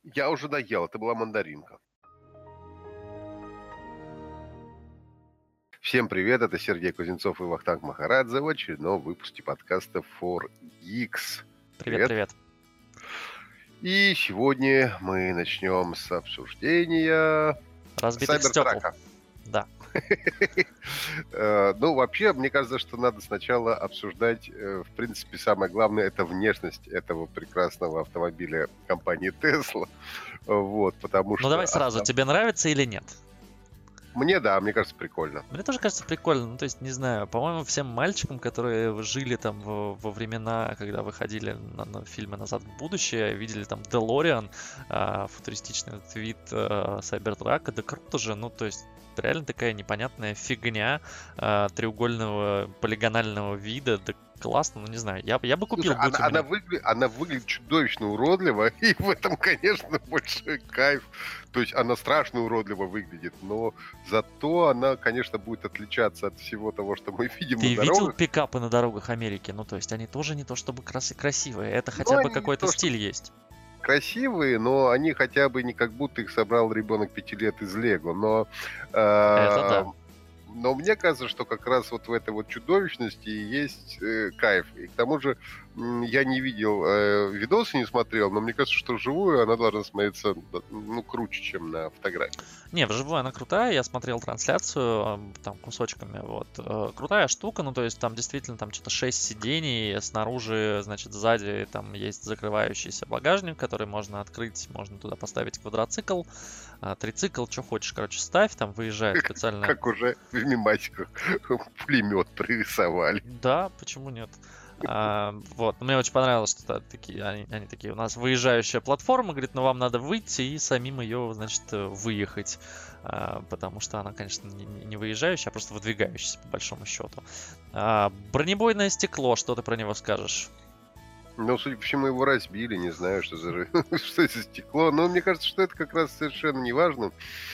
Я уже доел, это была мандаринка. Всем привет, это Сергей Кузнецов и Вахтанг Махарадзе в очередном выпуске подкаста 4X. Привет, привет. И сегодня мы начнем с обсуждения Разбитых стекол. Сайбертрака. Да. Ну, вообще, мне кажется, что надо сначала обсуждать, в принципе, самое главное, это внешность этого прекрасного автомобиля компании Tesla. Вот, потому что... Ну, давай сразу, тебе нравится или нет? Мне кажется, прикольно. Мне тоже кажется прикольно. Ну, то есть, не знаю, по-моему, всем мальчикам, которые жили там во времена, когда выходили на фильмы «Назад в будущее», видели там DeLorean, футуристичный вид Сайбертрака, да круто же, ну, то есть, реально такая непонятная фигня треугольного полигонального вида, да классно, ну не знаю, я бы купил. Слушай, она выглядит чудовищно уродливо, и в этом, конечно, большой кайф. То есть она страшно уродливо выглядит, но зато она, конечно, будет отличаться от всего того, что мы видим Ты на дорогах. видел пикапы на дорогах Америки? Ну, то есть они тоже не то чтобы красивые, это хотя бы какой-то стиль есть. Красивые, но они хотя бы не как будто их собрал ребенок 5 лет из Лего, но... Это да. Но мне кажется, что как раз вот в этой вот чудовищности есть кайф. И к тому же я не видел, видосы не смотрел, но мне кажется, что вживую она должна смотреться круче, чем на фотографии. Не, вживую она крутая, я смотрел трансляцию там кусочками, вот. Крутая штука, ну то есть там действительно там что-то 6 сидений, снаружи, значит, сзади там есть закрывающийся багажник, который можно открыть, можно туда поставить квадроцикл, трицикл, что хочешь, короче, ставь, там выезжает специально. Как уже в мемасиках пулемет пририсовали. Да, почему нет? Вот, мне очень понравилось, что они такие, у нас выезжающая платформа, говорит, ну вам надо выйти и самим ее, значит, выехать, потому что она, конечно, не выезжающая, а просто выдвигающаяся, по большому счету. Бронебойное стекло, что ты про него скажешь? Ну, судя по всему, его разбили, не знаю, что это за стекло, но мне кажется, что это как раз совершенно не важно.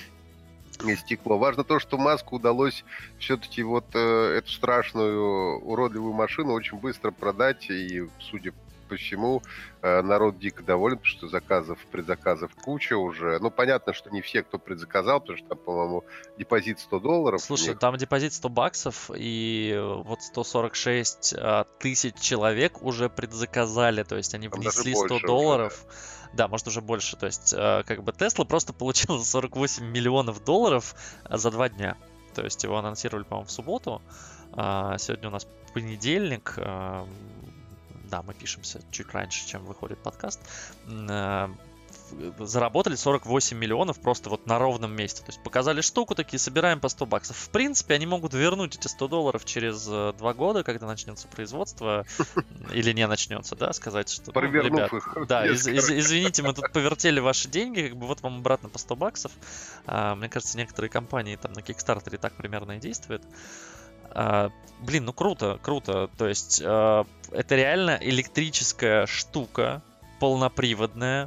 Стекло. Важно то, что Маску удалось все-таки вот эту страшную уродливую машину очень быстро продать, и, судя по всему, народ дико доволен, потому что предзаказов куча уже. Ну, понятно, что не все, кто предзаказал, потому что там, по-моему, депозит $100. Слушай, там депозит $100, и вот 146 тысяч человек уже предзаказали, то есть они внесли $100. Уже, да. Да, может уже больше. То есть, как бы Tesla просто получила $48 миллионов за 2 дня. То есть его анонсировали, по-моему, в субботу. Сегодня у нас понедельник. Да, мы пишемся чуть раньше, чем выходит подкаст. Заработали 48 миллионов просто вот на ровном месте. То есть показали штуку, такие, собираем по $100. В принципе, они могут вернуть эти $100 через 2 года, когда начнется производство, или не начнется, да, сказать, что... Провернув ребят, их. да, извините, мы тут повертели ваши деньги, как бы вот вам обратно по $100. Мне кажется, некоторые компании там на Kickstarter так примерно и действуют. Блин, ну круто. То есть это реально электрическая штука, полноприводная,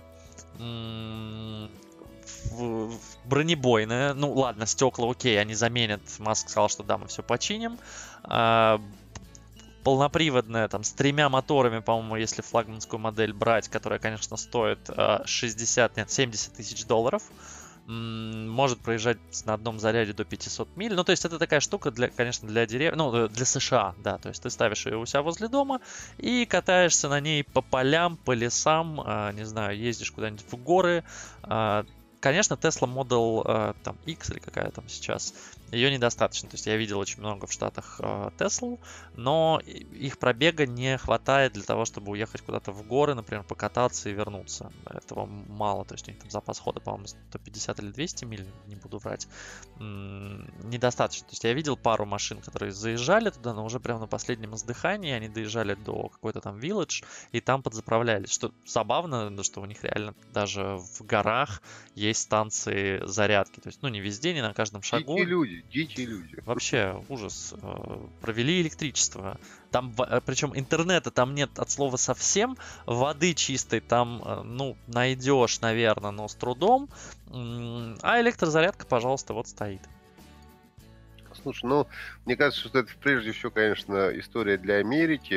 бронебойная. Ну ладно, стекла окей, они заменят. Маск сказал, что да, мы все починим. Полноприводная, там, с 3 моторами, по-моему, если флагманскую модель брать, которая, конечно, стоит $70 тысяч. Может проезжать на одном заряде до 500 миль. Ну, то есть это такая штука, конечно, для деревни, ну, для США, да. То есть ты ставишь ее у себя возле дома и катаешься на ней по полям, по лесам, не знаю, ездишь куда-нибудь в горы. Конечно, Tesla Model там, X или какая там сейчас, ее недостаточно. То есть я видел очень много в Штатах Tesla, но их пробега не хватает для того, чтобы уехать куда-то в горы, например, покататься и вернуться. Этого мало. То есть у них там запас хода, по-моему, 150 или 200 миль, не буду врать. Недостаточно. То есть я видел пару машин, которые заезжали туда, но уже прямо на последнем издыхании они доезжали до какой-то там Village и там подзаправлялись. Что забавно, что у них реально даже в горах есть станции зарядки. То есть, ну, не везде, не на каждом шагу. Дикие люди. Вообще ужас. Провели электричество. Там, причем интернета там нет от слова совсем. Воды чистой там, ну, найдешь, наверное, но с трудом. А электрозарядка, пожалуйста, вот стоит. Слушай, ну, мне кажется, что это прежде всего, конечно, история для Америки.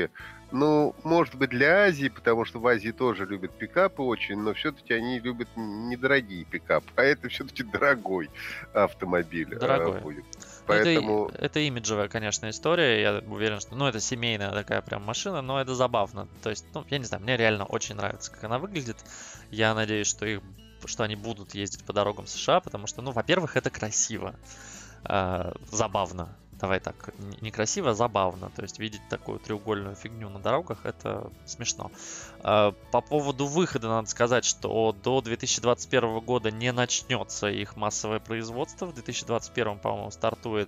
Ну, может быть, для Азии, потому что в Азии тоже любят пикапы очень, но все-таки они любят недорогие пикапы, а это все-таки дорогой автомобиль Дорогое. будет. Ну, Поэтому, это имиджевая, конечно, история. Я уверен, что, ну, это семейная такая прям машина, но это забавно. То есть, ну, я не знаю, мне реально очень нравится, как она выглядит. Я надеюсь, что они будут ездить по дорогам США, потому что, ну, во-первых, это красиво, забавно. Давай так, не красиво, а забавно. То есть видеть такую треугольную фигню на дорогах, это смешно. По поводу выхода надо сказать, что до 2021 года не начнется их массовое производство. В 2021, по-моему, стартует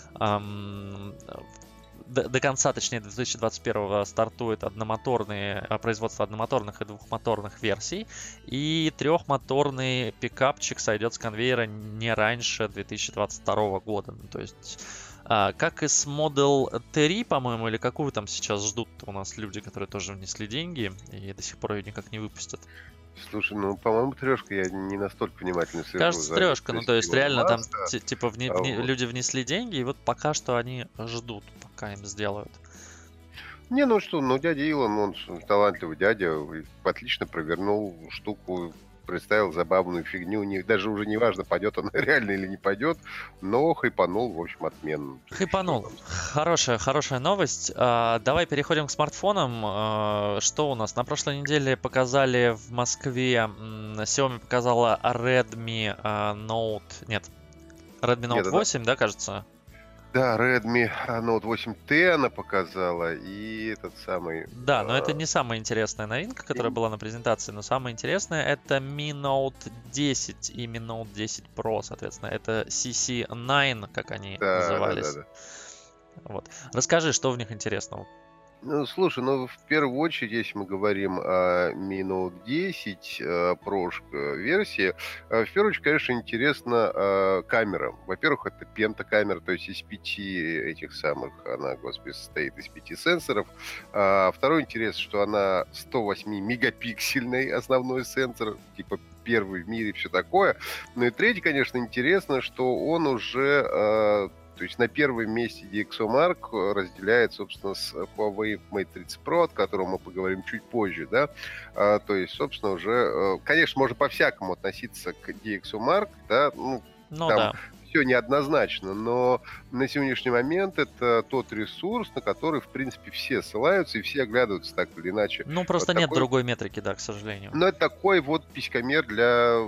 до конца, точнее, 2021 стартует производство одномоторных и двухмоторных версий. И трехмоторный пикапчик сойдет с конвейера не раньше 2022 года. Ну, то есть, как и с Model 3, по-моему, или какую там сейчас ждут у нас люди, которые тоже внесли деньги и до сих пор ее никак не выпустят. слушай, ну, по-моему, трешка, я не настолько внимательно слежу Кажется, за трешка, ну то есть Илона реально там Маска. типа Вот. люди внесли деньги, и вот пока что они ждут, пока им сделают. Не, ну что, ну дядя Илон, он талантливый дядя, и отлично провернул штуку, представил забавную фигню. Даже уже не важно, пойдет она реально или не пойдет, но хайпанул, в общем, отменно. Хайпанул. Хорошая новость. Давай переходим к смартфонам. Что у нас? На прошлой неделе показали в Москве, Xiaomi показала Redmi Note... Нет, Redmi Note 8, да, кажется? Да, Redmi Note 8T она показала, и этот самый... Да, но это не самая интересная новинка, которая была на презентации, но самое интересное это Mi Note 10 и Mi Note 10 Pro, соответственно. Это CC9, как они назывались. Да. Вот. Расскажи, что в них интересного. Ну, слушай, ну, в первую очередь, если мы говорим о Mi Note 10 Pro версии, в первую очередь, конечно, интересна камера. Во-первых, это пентакамера, то есть из 5 этих самых, она, господи, состоит из 5 сенсоров. Второй интерес, что она 108-мегапиксельный основной сенсор, типа первый в мире, все такое. Ну и третий, конечно, интересно, что он уже... То есть на первом месте DxOMark разделяет, собственно, с Huawei Mate 30 Pro, о котором мы поговорим чуть позже, да. То есть, собственно, уже, конечно, можно по-всякому относиться к DxOMark, да, ну там да. все неоднозначно, но на сегодняшний момент это тот ресурс, на который, в принципе, все ссылаются и все оглядываются так или иначе. Ну, просто вот нет такой... другой метрики, да, к сожалению. Но это такой вот писькомер для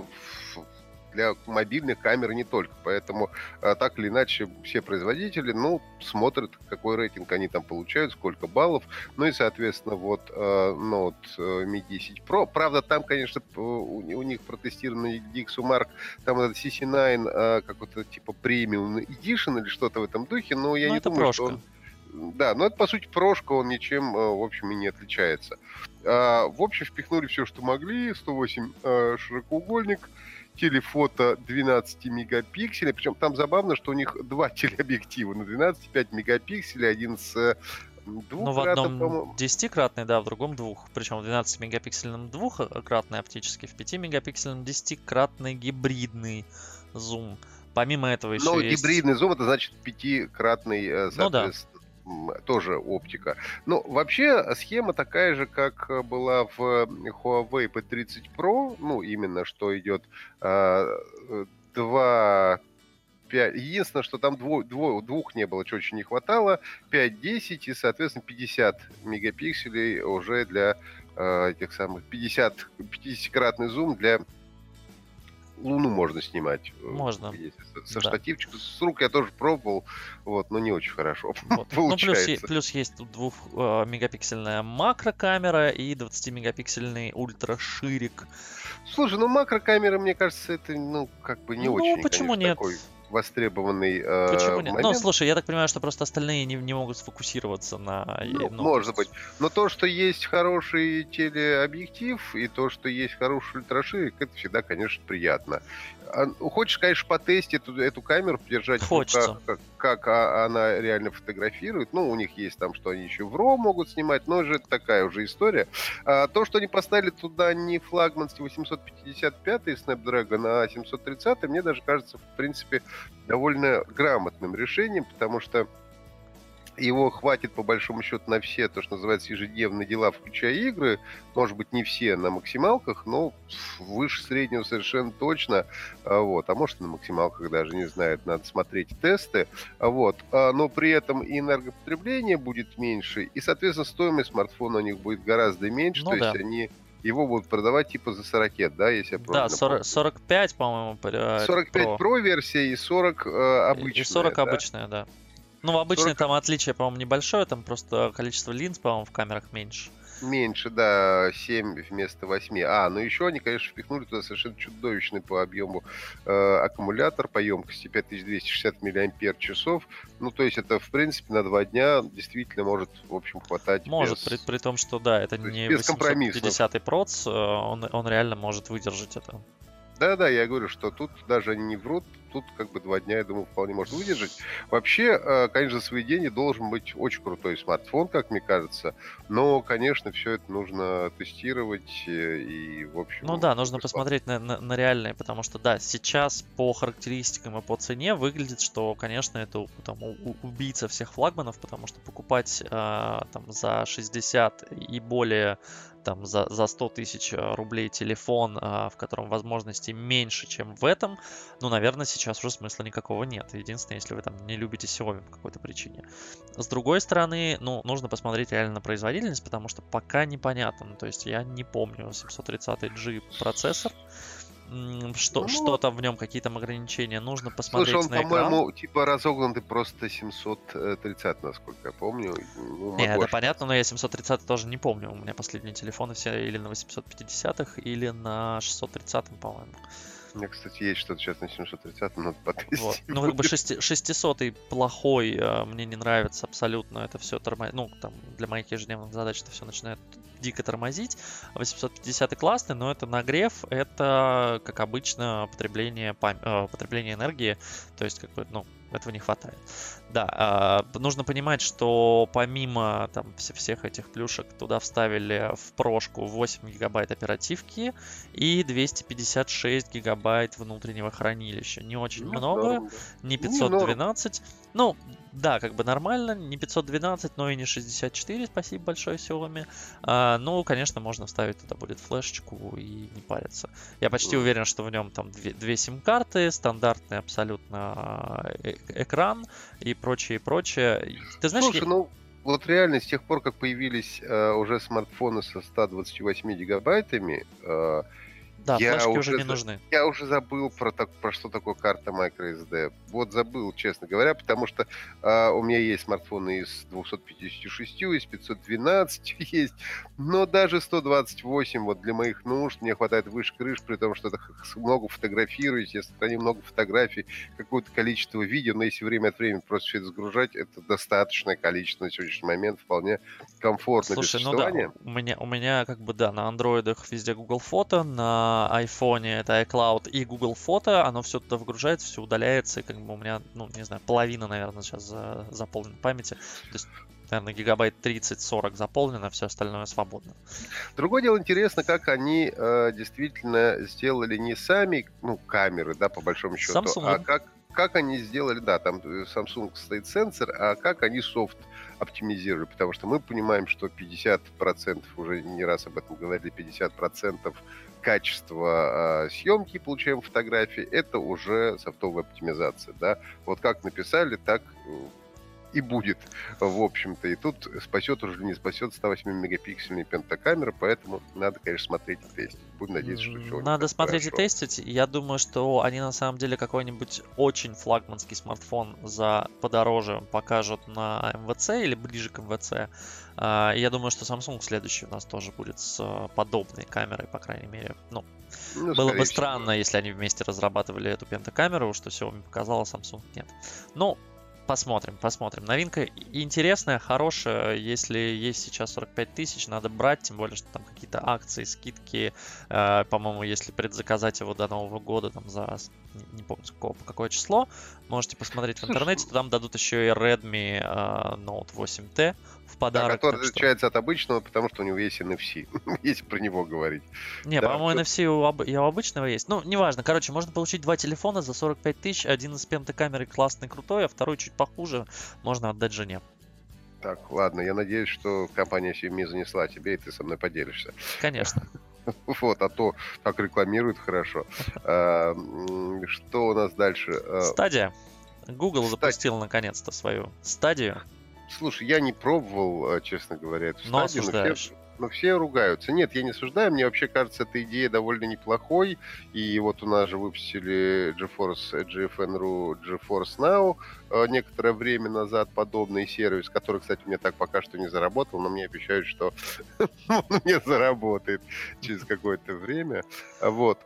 мобильных камер и не только. Поэтому так или иначе все производители, ну, смотрят, какой рейтинг они там получают, сколько баллов. Ну и, соответственно, вот Note Mi 10 Pro. Правда, там, конечно, у них протестированный DxOMark, там этот CC9 какой-то типа премиум edition или что-то в этом духе, но я не думаю, что он... Да, но это, по сути, прошка, он ничем, в общем, и не отличается. В общем, впихнули все, что могли. 108 широкоугольник, телефото 12 мегапикселей. Причем там забавно, что у них два телеобъектива на 12,5 мегапикселей. Один с ну, в одном 10-кратный, да, в другом двух. Причем в 12-мегапиксельном двухкратный оптический, в 5-мегапиксельном 10-кратный гибридный зум. Помимо этого еще есть... гибридный зум, это значит 5-кратный, соответственно. Тоже оптика. Но вообще схема такая же, как была в Huawei P30 Pro. Ну, именно что идет 2... 5. Единственное, что там двух не было, чего очень не хватало. 5, 10 и, соответственно, 50 мегапикселей уже для этих самых 50-кратный зум для Луну можно снимать. Можно. Со штативчиком. С рук я тоже пробовал, вот, но не очень хорошо вот. получается. Ну, плюс есть 2-мегапиксельная макрокамера и 20-мегапиксельный ультраширик. Слушай, ну макрокамера, мне кажется, это, ну, как бы не очень, почему конечно, нет? такой востребованный Почему нет? момент. Ну, слушай, я так понимаю, что просто остальные не могут сфокусироваться на... Ну, может быть. Но то, что есть хороший телеобъектив и то, что есть хороший ультраширик, это всегда, конечно, приятно. Хочешь, конечно, потестить эту камеру, подержать в руках, как она реально фотографирует. Ну, у них есть там, что они еще в RAW могут снимать, но же это такая уже история. То, что они поставили туда не флагманский 855 Snapdragon, а 730, мне даже кажется, в принципе, довольно грамотным решением, потому что его хватит по большому счету на все, то, что называется, ежедневные дела, включая игры. Может быть, не все на максималках, но выше среднего совершенно точно. Вот. А может, на максималках даже, не знаю, надо смотреть тесты. Вот. Но при этом и энергопотребление будет меньше, и, соответственно, стоимость смартфона у них будет гораздо меньше. Ну То есть да. они его будут продавать типа за 40, да, если я Да, правильно помню. 45, по-моему, 45 Pro. Pro версия и 40 И обычная, 40 да? обычная, да. Ну, в обычной 40 там отличие, по-моему, небольшое, там просто количество линз, по-моему, в камерах меньше. меньше, да, 7 вместо 8. Ну еще они, конечно, впихнули туда совершенно чудовищный по объему аккумулятор по емкости 5260 мАч. Ну, то есть это, в принципе, на 2 дня действительно может, в общем, хватать Может, без, при том, что да, это то есть не без компромиссов. 850 проц, он реально может выдержать это. Да-да, я говорю, что тут даже они не врут, тут как бы 2 дня, я думаю, вполне может выдержать. Вообще, конечно, за свои деньги должен быть очень крутой смартфон, как мне кажется, но, конечно, все это нужно тестировать и, в общем... Ну да, нужно посмотреть на реальные, потому что, да, сейчас по характеристикам и по цене выглядит, что, конечно, это там, убийца всех флагманов, потому что покупать там за 60 и более, там за 100 тысяч рублей телефон, в котором возможностей меньше, чем в этом, ну, наверное, сейчас уже смысла никакого нет. Единственное, если вы там не любите Xiaomi по какой-то причине. С другой стороны, ну, нужно посмотреть реально на производительность, потому что пока непонятно. Ну, то есть я не помню 730G процессор, что там в нем, какие там ограничения. Нужно посмотреть Слушай, он, на экран. по-моему, типа разогнанный просто 730, насколько я помню. Ну, Не, могу это понятно, ошибаться. но я 730 тоже не помню. У меня последние телефоны все или на 850-х, или на 630-м, по-моему. У меня, кстати, есть что-то сейчас на 730, надо Вот. потестить. Ну, как бы 600-й плохой, мне не нравится абсолютно. Это все ну, там, для моих ежедневных задач это все начинает дико тормозить. 850-й классный, но это нагрев, это, как обычно, потребление энергии. То есть, как бы, ну, этого не хватает. Да, нужно понимать, что помимо там всех этих плюшек туда вставили в прошку 8 гигабайт оперативки и 256 гигабайт внутреннего хранилища. Не очень Ну, много, норм, да. не Не, норм. 512. Ну, да, как бы нормально, не 512, но и не 64, спасибо большое Xiaomi. Ну, конечно, можно вставить туда будет флешечку и не париться. Я почти уверен, что в нем там две сим-карты, стандартный абсолютно экран и прочее, прочее. Ты знаешь, Слушай, ну вот реально с тех пор, как появились уже смартфоны со 128 гигабайтами, да, я флешки уже уже не нужны. я уже забыл про что такое карта microSD. Вот забыл, честно говоря, потому что у меня есть смартфоны из 256, из 512 есть, но даже 128 вот для моих нужд мне хватает выше крыш, при том, что это много фотографируюсь, я сохраню много фотографий, какое-то количество видео, но если время от времени просто все это загружать, это достаточное количество на сегодняшний момент, вполне комфортно для Слушай, ну да, существования. у меня как бы, да, на андроидах везде Google Фото, на айфоне это iCloud и Google Фото, оно все туда выгружается, все удаляется, и как бы у меня, ну, не знаю, половина, наверное, сейчас заполнена памяти, то есть, наверное, гигабайт 30-40 заполнено, все остальное свободно. Другое дело, интересно, как они действительно сделали не сами, ну, камеры, да, по большому счету, Samsung. а как они сделали, да, там Samsung стоит сенсор, а как они софт оптимизировали, потому что мы понимаем, что 50%, уже не раз об этом говорили, 50% качества съемки, получаем фотографии, это уже софтовая оптимизация, да. Вот как написали, так и будет, в общем-то. И тут спасет уже не спасет 108-мегапиксельная пентакамера, поэтому надо, конечно, смотреть и тестить. Будем надеяться, что все Надо смотреть хорошо. и тестить. Я думаю, что они на самом деле какой-нибудь очень флагманский смартфон за подороже покажут на МВЦ или ближе к МВЦ. Я думаю, что Samsung следующий у нас тоже будет с подобной камерой, по крайней мере. Ну, было бы странно, если они вместе разрабатывали эту пентакамеру, что Xiaomi показала, Samsung нет. Ну, посмотрим. Новинка интересная, хорошая. Если есть сейчас 45 тысяч, надо брать, тем более, что там какие-то акции, скидки. По-моему, если предзаказать его до Нового года, там за, не помню, по какое число, можете посмотреть в интернете, то там дадут еще и Redmi Note 8T в подарок. Да, который отличается от обычного, потому что у него есть NFC, если про него говорить. Не, да, по-моему, NFC и у обычного есть. Ну, неважно. Короче, можно получить два телефона за 45 тысяч. Один из пентакамеры классный, крутой, а второй чуть похуже. Можно отдать жене. Так, ладно, я надеюсь, что компания Xiaomi занесла тебе, и ты со мной поделишься. Конечно. Вот, а то так рекламируют хорошо. Что у нас дальше? Стадия. Google Кстати, запустил наконец-то свою стадию, слушай, я не пробовал, честно говоря, эту но стадию, осуждаешь. но все ругаются. Нет, я не осуждаю, мне вообще кажется, эта идея довольно неплохой. И вот у нас же выпустили GeForce GFN.ru GeForce Now некоторое время назад подобный сервис, который, кстати, у меня так пока что не заработал, но мне обещают, что он мне заработает через какое-то время. Вот.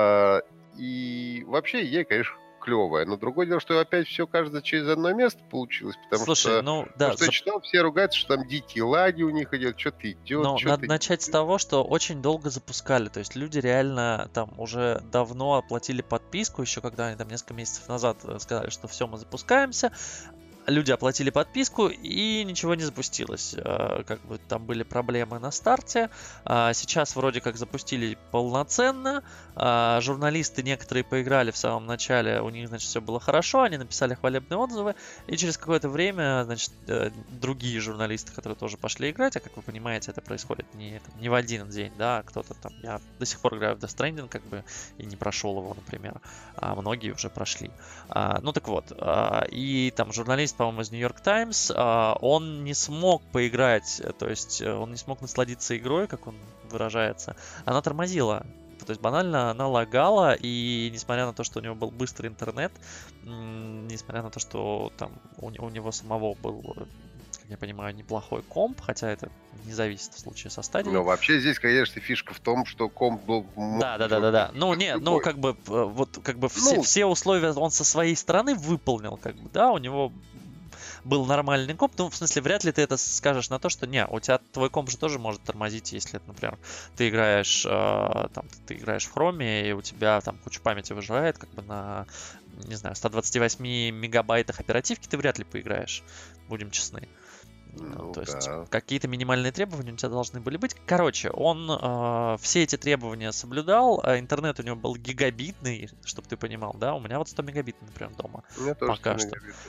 И вообще идея, конечно, клевая. Но другое дело, что опять все, кажется, через одно место получилось, потому Слушай, что ну то, да, что я читал, все ругаются, что там дикие лаги у них идет, что-то идет, но надо что-то... начать с того, что очень долго запускали. То есть люди реально там уже давно оплатили подписку, еще когда они там несколько месяцев назад сказали, что все, мы запускаемся. Люди оплатили подписку и ничего не запустилось. Как бы там были проблемы на старте. Сейчас вроде как запустили полноценно. Журналисты некоторые поиграли в самом начале, у них, значит, все было хорошо, они написали хвалебные отзывы. И через какое-то время, значит, другие журналисты, которые тоже пошли играть, а как вы понимаете, это происходит не в один день, да, кто-то там, я до сих пор играю в Death Stranding, как бы, и не прошел его, например, а многие уже прошли. Ну так вот, и там журналист, по-моему, из New York Times, он не смог поиграть, то есть он не смог насладиться игрой, как он выражается. Она тормозила. То есть банально она лагала, и несмотря на то, что у него был быстрый интернет, несмотря на то, что там у него самого был, как я понимаю, неплохой комп, хотя это не зависит в случае со стадией. Но вообще здесь, конечно, фишка в том, что комп был... Да. Ну, не, ну, как бы, вот, как бы все условия он со своей стороны выполнил, как бы, да, у него был нормальный комп, ну, в смысле, вряд ли ты это скажешь на то, что не, у тебя твой комп же тоже может тормозить, если, например, ты играешь, там, ты играешь в хроме, и у тебя там куча памяти выживает, как бы на, не знаю, 128 мегабайтах оперативки ты вряд ли поиграешь, будем честны. Ну, то есть да. какие-то минимальные требования у тебя должны были быть. Короче, он все эти требования соблюдал. Интернет у него был гигабитный, чтобы ты понимал, да? У меня вот 100 мегабитный, например, дома. У меня тоже Пока что.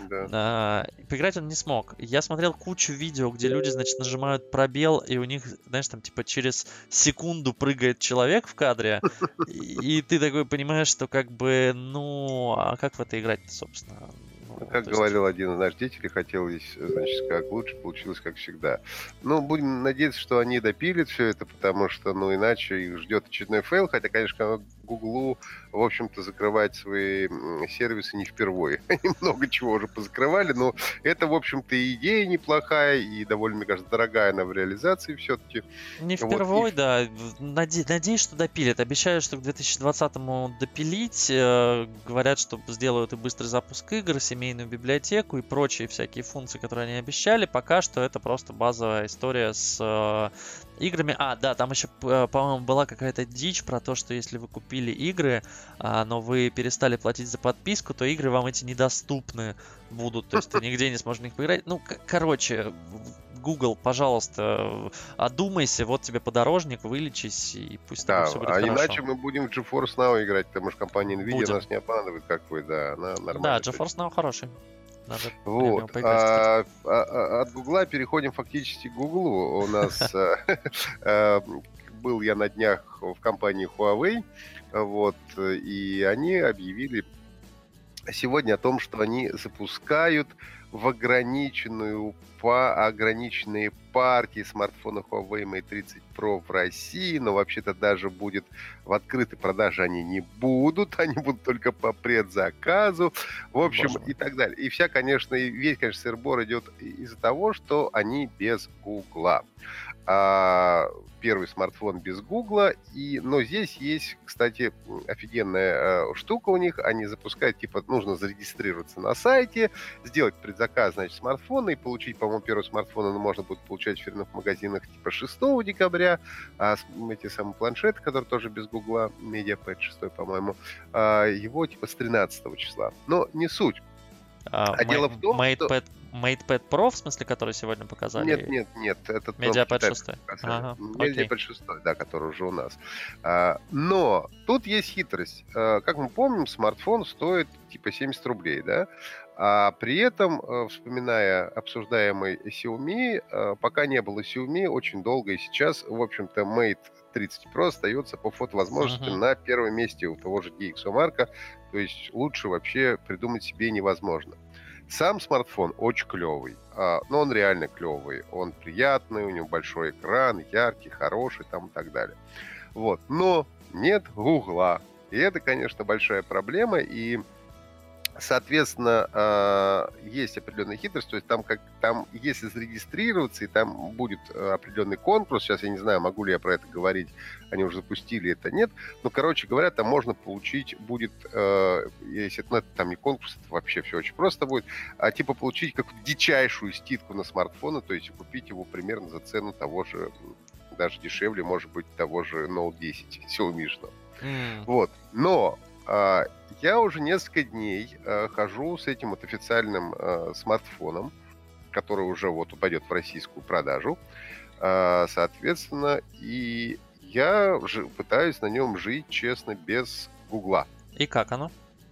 да. Поиграть он не смог. Я смотрел кучу видео, где люди, значит, нажимают пробел, и у них, знаешь, там типа через секунду прыгает человек в кадре, и ты такой понимаешь, что как бы, ну, а как в это играть-то, собственно? Ну, как говорил один из наших деятелей, хотелось, значит, как лучше, получилось как всегда. Ну, будем надеяться, что они допилят все это, потому что, ну, иначе их ждет очередной фейл, хотя, конечно, Гуглу, в общем-то, закрывать свои сервисы не впервые. Они много чего уже позакрывали, но это, в общем-то, и идея неплохая, и довольно, мне кажется, дорогая она в реализации все-таки. Не впервой, Вот, да. Надеюсь, что допилят. Обещают, что к 2020-му допилить. Говорят, что сделают и быстрый запуск игр, семейную библиотеку и прочие всякие функции, которые они обещали. Пока что это просто базовая история с играми. Да, там еще, по-моему, была какая-то дичь про то, что если вы купили игры, но вы перестали платить за подписку, то игры вам эти недоступны будут. То есть ты нигде не сможешь в них поиграть. Ну, короче, Google, пожалуйста, одумайся, вот тебе подорожник, вылечись, и пусть с тобой да, все будет а хорошо. иначе мы будем в GeForce Now играть, потому что компания Nvidia Будем. нас не обманывает, как вы, да, она нормально. Да, GeForce Now хороший. Надо вот. поиграть, от Гугла переходим фактически к Гуглу. У нас был я на днях в компании Huawei, вот, и они объявили сегодня о том, что они запускают в ограниченные партии смартфона Huawei Mate 30 Pro в России, но вообще-то даже будет в открытой продаже они не будут, они будут только по предзаказу, в общем, и так далее. И вся, конечно, и весь, конечно, сыр-бор идет из-за того, что они без Гугла. Первый смартфон без Гугла, но здесь есть, кстати, офигенная штука у них, они запускают, типа, нужно зарегистрироваться на сайте, сделать предзаказ, значит, смартфона и получить, по-моему, первый смартфон можно будет получать в фирменных магазинах типа 6 декабря, эти самые планшеты, которые тоже без Гугла, MediaPad 6, по-моему, его типа с 13 числа. Но не суть. дело в том, что... MatePad Pro, в смысле, который сегодня Нет, показали? нет, это тот MediaPad Китай 6. показали. Ага, окей. MediaPad 6, да, который уже у нас. Но тут есть хитрость. Как мы помним, смартфон стоит типа 70 рублей, да? А при этом, вспоминая обсуждаемый Xiaomi, пока не было Xiaomi, очень долго и сейчас, в общем-то, Mate 30 Pro остается по фотовозможностям на первом месте у того же DxOMark. То есть лучше вообще придумать себе невозможно. Сам смартфон очень клевый, но он реально клевый. Он приятный, у него большой экран, яркий, хороший там и так далее. Вот. Но нет Гугла. И это, конечно, большая проблема. И, соответственно, есть определенная хитрость. То есть там, если зарегистрироваться, и там будет определенный конкурс, сейчас я не знаю, могу ли я про это говорить, они уже запустили это, нет. Но, короче говоря, там можно получить будет, если это там не конкурс, это вообще все очень просто будет, типа получить какую-то дичайшую скидку на смартфоны, то есть купить его примерно за цену того же, даже дешевле, может быть, того же Note 10 Xiaomi-шного. Вот. Но я уже несколько дней хожу с этим вот официальным смартфоном, который уже вот упадет в российскую продажу. Соответственно, и я пытаюсь на нем жить, честно, без Гугла. И как оно?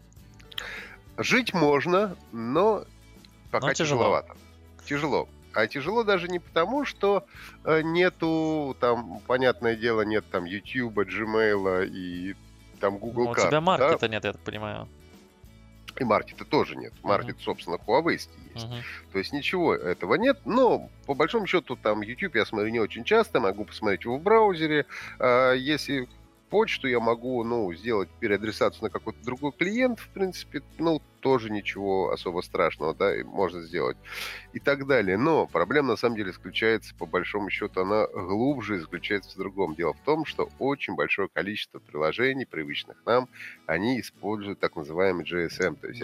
Жить можно, но пока тяжеловато. Тяжело. А тяжело даже не потому, что нету, там, понятное дело, нет там YouTube, Gmail и там Google У карт. тебя маркета нет, я так понимаю. И маркета тоже нет. Маркет, собственно, Huawei есть. То есть ничего этого нет. Но, по большому счету, там YouTube я смотрю не очень часто. Могу посмотреть его в браузере. Если почту я могу, сделать переадресацию на какой-то другой клиент, в принципе, тоже ничего особо страшного, да, и можно сделать и так далее. Но проблема, на самом деле, заключается, по большому счету, она глубже, заключается в другом. Дело в том, что очень большое количество приложений, привычных нам, они используют так называемый GSM, то есть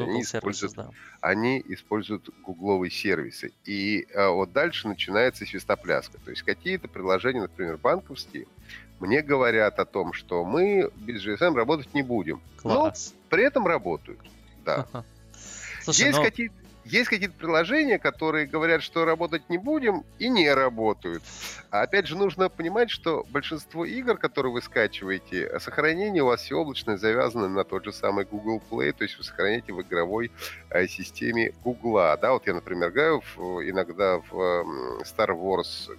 они используют гугловые сервисы. И вот дальше начинается свистопляска. То есть какие-то приложения, например, банковские, мне говорят о том, что мы без GSM работать не будем. Класс. Но при этом работают. Да. Слушай, есть какие-то приложения, которые говорят, что работать не будем, и не работают. А опять же, нужно понимать, что большинство игр, которые вы скачиваете, сохранение у вас все облачное завязано на тот же самый Google Play, то есть вы сохраняете в игровой системе Google. Да, вот я, например, играю иногда в Star Wars,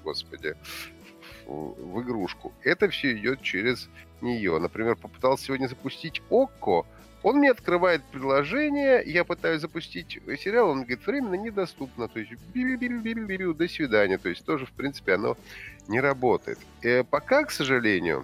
в игрушку. Это все идет через нее. Например, попытался сегодня запустить Okko, он мне открывает приложение, я пытаюсь запустить сериал, он говорит, временно недоступно, то есть до свидания, то есть тоже, в принципе, оно не работает. Пока, к сожалению,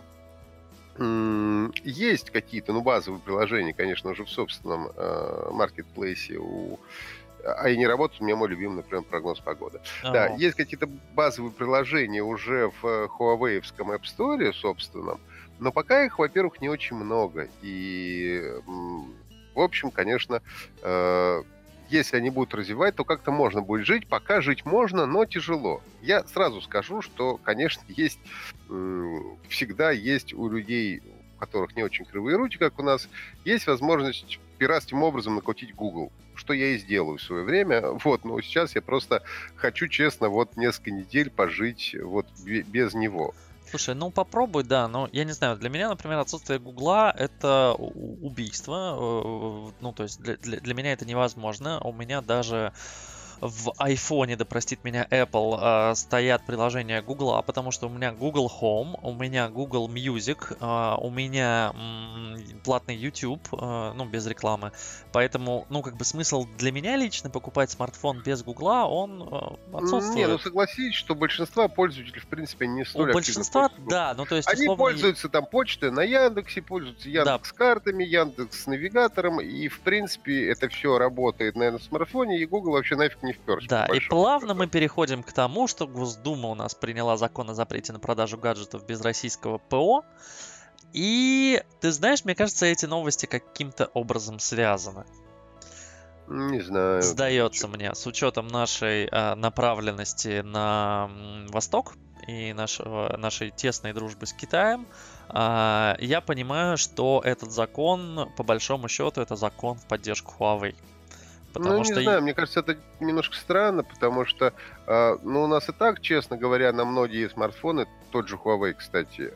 есть какие-то, базовые приложения, конечно, уже в собственном маркетплейсе а и не работает у меня мой любимый, например, прогноз погоды. Да, есть какие-то базовые приложения уже в Huawei-овском App Store собственном, но пока их, во-первых, не очень много. И, в общем, конечно, если они будут развивать, то как-то можно будет жить. Пока жить можно, но тяжело. Я сразу скажу, что, конечно, всегда есть у людей, у которых не очень кривые руки, как у нас, есть возможность пиратским образом накрутить Google, что я и сделаю в свое время. Но сейчас я просто хочу, честно, несколько недель пожить без него. Слушай, попробуй, да, но я не знаю, для меня, например, отсутствие Гугла — это убийство, то есть для меня это невозможно, у меня даже в iPhone, да простит меня Apple, стоят приложения Google, потому что у меня Google Home, у меня Google Music, у меня платный YouTube, без рекламы. Поэтому, смысл для меня лично покупать смартфон без Google, он отсутствует. Согласись, что большинство пользователей, в принципе, не столь активно. У большинства, да, то есть они пользуются там почтой на Яндексе, пользуются Яндекс.Картами, Яндекс.Навигатором, и, в принципе, это все работает, наверное, в смартфоне, и Google вообще нафиг не вперся. Да, и плавно мы переходим к тому, что Госдума у нас приняла закон о запрете на продажу гаджетов без российского ПО. И, ты знаешь, мне кажется, эти новости каким-то образом связаны. Не знаю. Сдается мне, с учетом нашей направленности на восток и нашей тесной дружбы с Китаем, я понимаю, что этот закон, по большому счету, это закон в поддержку Huawei. Потому Ну, не что знаю, мне кажется, это немножко странно, потому что, ну, у нас и так, честно говоря, на многие смартфоны, тот же Huawei, кстати,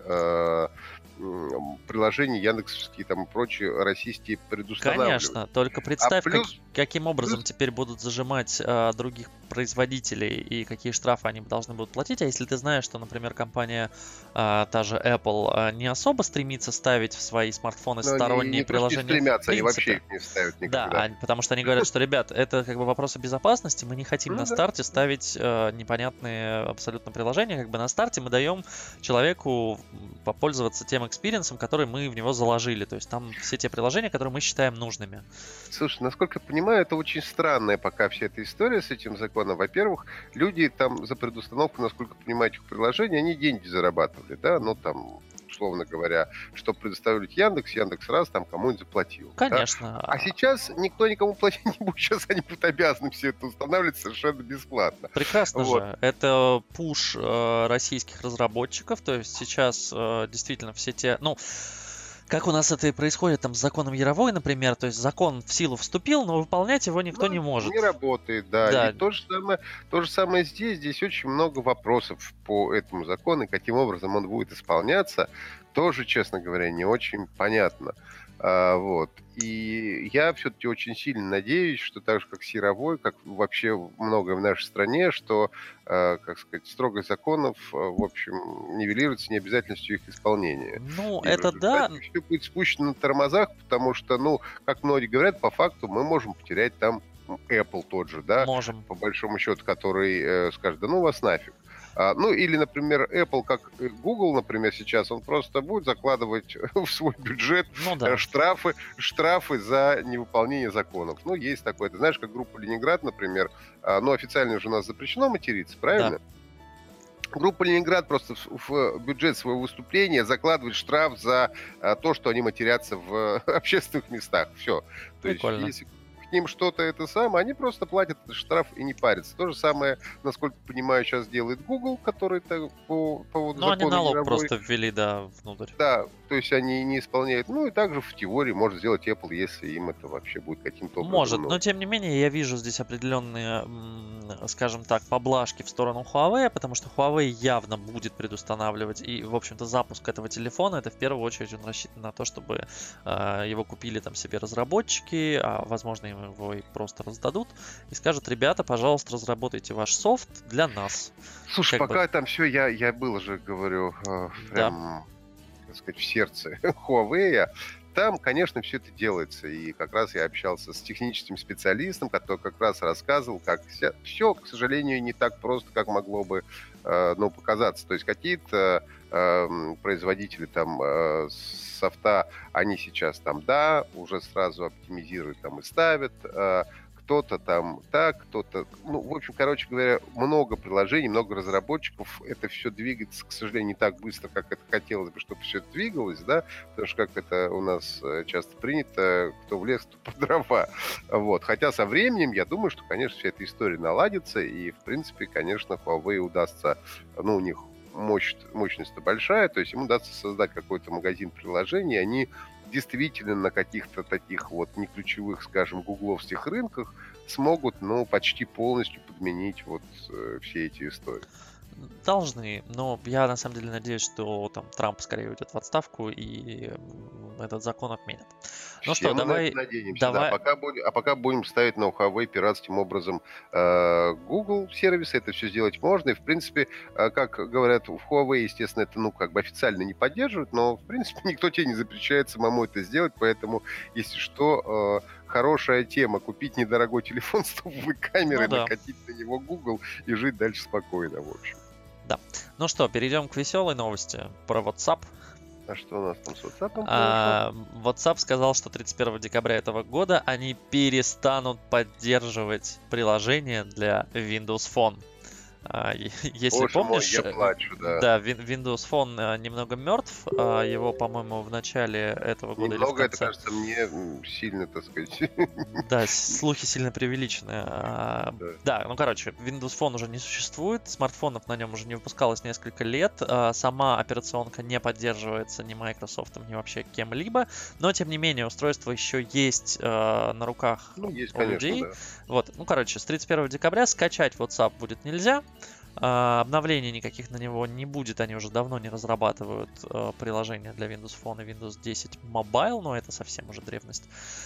приложения яндексовские там и прочие российские предустанавливают. конечно, только А представь, плюс, каким образом плюс, теперь будут зажимать других производителей и какие штрафы они должны будут платить. А если ты знаешь, что, например, компания та же Apple не особо стремится ставить в свои смартфоны ну, они сторонние не то, что не приложения в стремятся, они вообще принципе. их не ставят Да, никогда. потому что они говорят, что, ребят, это как бы вопросы безопасности, мы не хотим Ну на да. старте ставить непонятные абсолютно приложения, как бы на старте мы даем человеку попользоваться тем экспириенсом, который мы в него заложили, то есть там все те приложения, которые мы считаем нужными. Слушай, насколько я понимаю, это очень странная пока вся эта история с этим законом. Во-первых, люди там за предустановку, насколько я понимаю, этих приложений, они деньги зарабатывали, да, ну там, условно говоря, что предоставить Яндекс раз там кому-нибудь заплатил. Да? Конечно. А сейчас никто никому платить не будет, сейчас они будут обязаны все это устанавливать совершенно бесплатно. Прекрасно Вот. же. Это пуш российских разработчиков, то есть сейчас действительно все те... Ну, как у нас это и происходит там с законом Яровой, например, то есть закон в силу вступил, но выполнять его никто Ну, не может. не работает, да. Да. И то же самое здесь. Здесь очень много вопросов по этому закону, и каким образом он будет исполняться, тоже, честно говоря, не очень понятно. Вот. И я все-таки очень сильно надеюсь, что так же, как с Яровой, как вообще многое в нашей стране, что, как сказать, строгость законов, в общем, нивелируется необязательностью их исполнения. Ну, И это в да. результате все будет спущено на тормозах, потому что, ну, как многие говорят, по факту мы можем потерять там Apple тот же, да, Можем. по большому счету, который скажет, да ну вас нафиг. Ну, или, например, Apple, как Google, например, сейчас, он просто будет закладывать в свой бюджет Ну да. штрафы за невыполнение законов. Ну, есть такое. Ты знаешь, как группа «Ленинград», например, ну, официально уже у нас запрещено материться, правильно? Группа «Ленинград» просто в бюджет своего выступления закладывает штраф за то, что они матерятся в общественных местах. Все. То есть, Прикольно. если к ним что-то это самое, они просто платят этот штраф и не парятся. То же самое, насколько понимаю, сейчас делает Google, который по поводу Ну, они закона налог Яровой. просто ввели, да, внутрь. Да, то есть они не исполняют. Ну и также в теории может сделать Apple, если им это вообще будет каким-то образом. Может, ну, но тем не менее я вижу здесь определенные, скажем так, поблажки в сторону Huawei, потому что Huawei явно будет предустанавливать, и, в общем-то, запуск этого телефона, это в первую очередь он рассчитан на то, чтобы его купили там себе разработчики, а возможно им его и просто раздадут, и скажут, ребята, пожалуйста, разработайте ваш софт для нас. Слушай, как пока там все, я был уже, говорю, прям, так сказать, в сердце Huawei. Там, конечно, все это делается. И как раз я общался с техническим специалистом, который как раз рассказывал, как все, к сожалению, не так просто, как могло бы показаться. То есть какие-то производители там софта, они сейчас там, да, уже сразу оптимизируют там и ставят. Кто-то там так, кто-то... Ну, в общем, короче говоря, много приложений, много разработчиков. Это все двигается, к сожалению, не так быстро, как это хотелось бы, чтобы все это двигалось, да, потому что, как это у нас часто принято, кто в лес, кто под дрова. Вот. Хотя со временем, я думаю, что, конечно, вся эта история наладится, и, в принципе, конечно, Huawei удастся, ну, у них мощность-то большая, то есть им удастся создать какой-то магазин приложений, они действительно на каких-то таких вот неключевых, скажем, гугловских рынках смогут, ну, почти полностью подменить вот все эти истории. Должны, но я на самом деле надеюсь, что там Трамп скорее уйдет в отставку и этот закон отменят. Ну Все что, мы на давай, это надеемся, давай, да. Пока будем ставить на Huawei пиратским образом Google сервисы, это все сделать можно. И, в принципе, как говорят, в Huawei, естественно, это, ну, как бы официально не поддерживают, но, в принципе, никто тебе не запрещает самому это сделать, поэтому, если что, хорошая тема — купить недорогой телефон с топовой камерой, Ну да. накатить на него Google и жить дальше спокойно, в общем. Ну что, перейдем к веселой новости про WhatsApp. А что у нас там с WhatsApp произошло? WhatsApp сказал, что 31 декабря этого года они перестанут поддерживать приложения для Windows Phone. Если Боже мой, помнишь, я плачу, да. да, Windows Phone немного мертв. Его, по-моему, в начале этого года или в Немного, это конце. кажется мне сильно, так сказать. Да, слухи сильно преувеличены. Да. Да, ну короче, Windows Phone уже не существует, смартфонов на нем уже не выпускалось несколько лет, сама операционка не поддерживается ни Microsoft, ни вообще кем-либо, но тем не менее устройство еще есть на руках Ну, есть, у конечно, людей. да. Вот, ну короче, с 31 декабря скачать WhatsApp будет нельзя. Обновлений никаких на него не будет, они уже давно не разрабатывают приложения для Windows Phone и Windows 10 Mobile, но это совсем уже древность.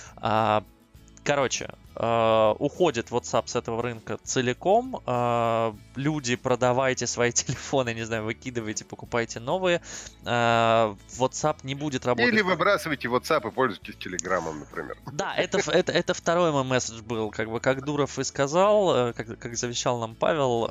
Короче, уходит WhatsApp с этого рынка целиком. Люди, продавайте свои телефоны, не знаю, выкидывайте, покупайте новые. WhatsApp не будет работать. Или выбрасывайте WhatsApp и пользуйтесь Телеграмом, например. Да, это второй мой месседж был, как Дуров и сказал, как завещал нам Павел,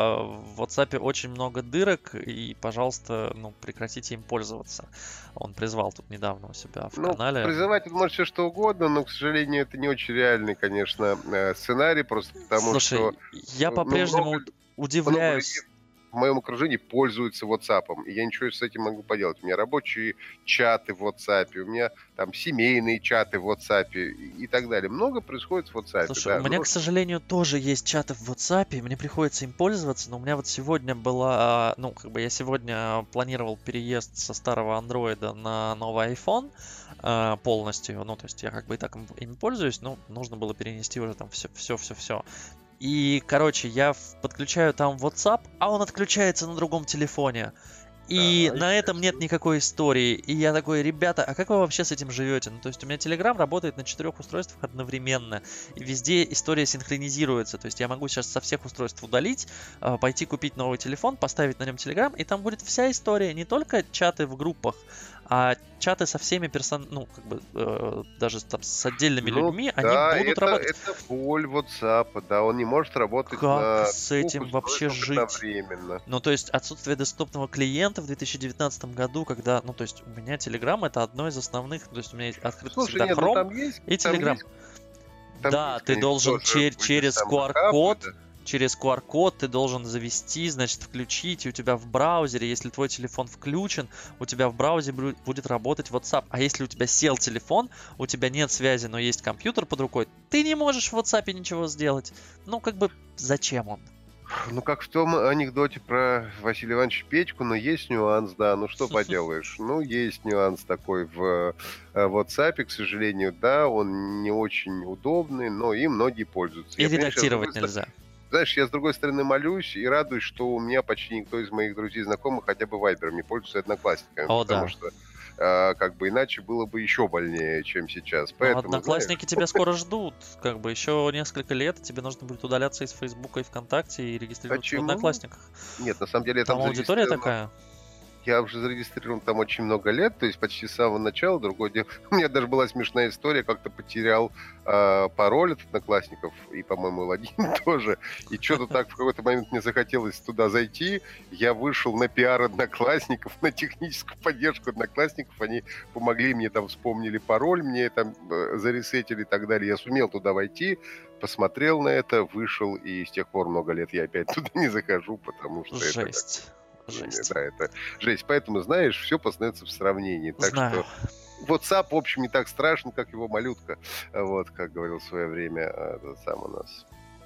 в WhatsApp очень много дырок, и, пожалуйста, ну, прекратите им пользоваться. Он призвал тут недавно у себя в канале. Призывать тут может все что угодно, но, к сожалению, это не очень реальный, конечно, сценарий, просто потому Слушай, что... я по-прежнему удивляюсь. В моем окружении пользуются WhatsApp, и я ничего с этим могу поделать. У меня рабочие чаты в WhatsApp, у меня там семейные чаты в WhatsApp и так далее. Много происходит в WhatsApp. Слушай, да, у меня, к сожалению, тоже есть чаты в WhatsApp, и мне приходится им пользоваться, но у меня вот сегодня была, ну, как бы я сегодня планировал переезд со старого Android на новый iPhone полностью, ну, то есть я как бы и так им пользуюсь, но нужно было перенести уже там все. И, короче, я подключаю там WhatsApp, а он отключается на другом телефоне. И на этом нет никакой истории. И я такой, ребята, а как вы вообще с этим живете? Ну, то есть у меня Telegram работает на 4 устройствах одновременно. И везде история синхронизируется. То есть я могу сейчас со всех устройств удалить, пойти купить новый телефон, поставить на нем Telegram, и там будет вся история. Не только чаты в группах, а чаты со всеми ну, как бы, даже там с отдельными людьми, да, они будут работать. Это боль WhatsApp, да, он не может работать как на с этим вообще жить? одновременно. Ну, то есть отсутствие доступного клиента в 2019 году, когда, ну, то есть у меня Telegram это одно из основных, то есть у меня открыт всегда Нет, Chrome там есть, и Telegram. Да, ты должен через QR-код, через QR-код ты должен завести, значит, включить, и у тебя в браузере, если твой телефон включен, у тебя в браузере будет работать WhatsApp. А если у тебя сел телефон, у тебя нет связи, но есть компьютер под рукой, ты не можешь в WhatsApp ничего сделать. Ну, как бы, зачем он? Ну, как в том анекдоте про Василия Ивановича Петьку, но есть нюанс, да, ну что поделаешь. Ну, есть нюанс такой в WhatsApp, к сожалению, да, он не очень удобный, но им многие пользуются. И редактировать нельзя. Знаешь, я с другой стороны молюсь и радуюсь, что у меня почти никто из моих друзей, знакомых хотя бы вайбером не пользуется одноклассниками. Потому что как бы иначе было бы еще больнее, чем сейчас. Поэтому, одноклассники тебя скоро ждут. Как бы еще несколько лет тебе нужно будет удаляться из Фейсбука и ВКонтакте и регистрироваться в Одноклассниках. Нет, на самом деле... Там аудитория такая? Я уже зарегистрирован там очень много лет, то есть почти с самого начала. Другое дело, у меня даже была смешная история, как-то потерял пароль от Одноклассников, и, по-моему, логин тоже. И что-то так в какой-то момент мне захотелось туда зайти. Я вышел на пиар Одноклассников, на техническую поддержку Одноклассников. Они помогли мне, там вспомнили пароль, мне там заресетили и так далее. Я сумел туда войти, посмотрел на это, вышел, и с тех пор много лет я опять туда не захожу, потому что жесть. Жесть. Да, это жесть. Поэтому, знаешь, все познается в сравнении. Так Знаю. что WhatsApp, в общем, не так страшен, как его малютка. Вот, как говорил в свое время этот сам у нас...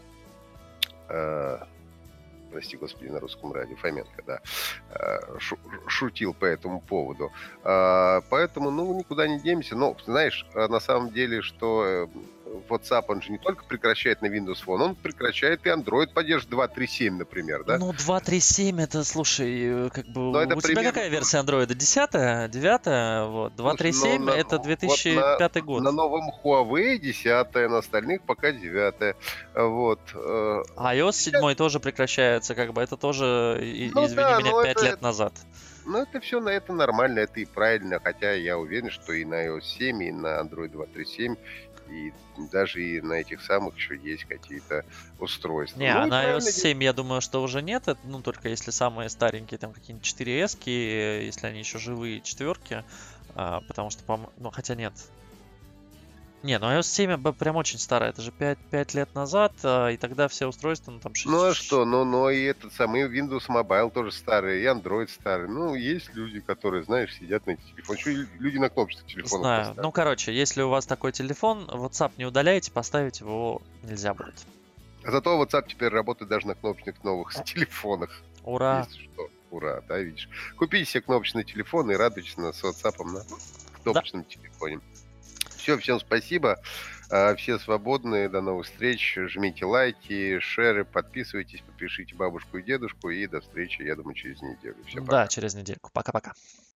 прости господи, на русском радио, Фоменко, да, шутил по этому поводу. Поэтому, ну, никуда не денемся. Но, знаешь, на самом деле, что WhatsApp, он же не только прекращает на Windows Phone, он прекращает и Android поддерживает 2.3.7, например, да? Ну, 2.3.7, это, слушай, как бы, у тебя примерно... какая версия Android? 10-я? 9-я? Вот. 2.3.7 это 2005 год. На новом Huawei 10-я, на остальных пока 9-я. Вот. iOS 7 тоже прекращается, как бы, это тоже, извини меня, 5 лет назад. Ну, это все на это нормально, это и правильно, хотя я уверен, что и на iOS 7, и на Android 2.3.7, и даже и на этих самых еще есть какие-то устройства. Не, а на iOS 7 я думаю, что уже нет, это, ну, только если самые старенькие, там, какие-нибудь 4S-ки, если они еще живые, четверки, потому что, ну, хотя нет. Не, ну iOS 7 прям очень старая, это же 5 лет назад, и тогда все устройства, ну там Ну а 6. что? Ну и этот самый Windows Mobile тоже старый, и Android старый. Ну, есть люди, которые, знаешь, сидят на этих телефонах. Еще и люди на кнопочных телефонах Знаю. поставили. Ну, короче, если у вас такой телефон, WhatsApp не удаляйте, поставить его нельзя будет. А зато WhatsApp теперь работает даже на кнопочных новых телефонах. Ура! Если что. Ура, да, видишь. Купите себе кнопочный телефон и радуйтесь с WhatsApp на Да, кнопочном телефоне. Все, всем спасибо. Все свободны. До новых встреч. Жмите лайки, шеры, подписывайтесь, подпишите бабушку и дедушку. И до встречи, я думаю, через неделю. Все, да, пока. через недельку. Пока-пока.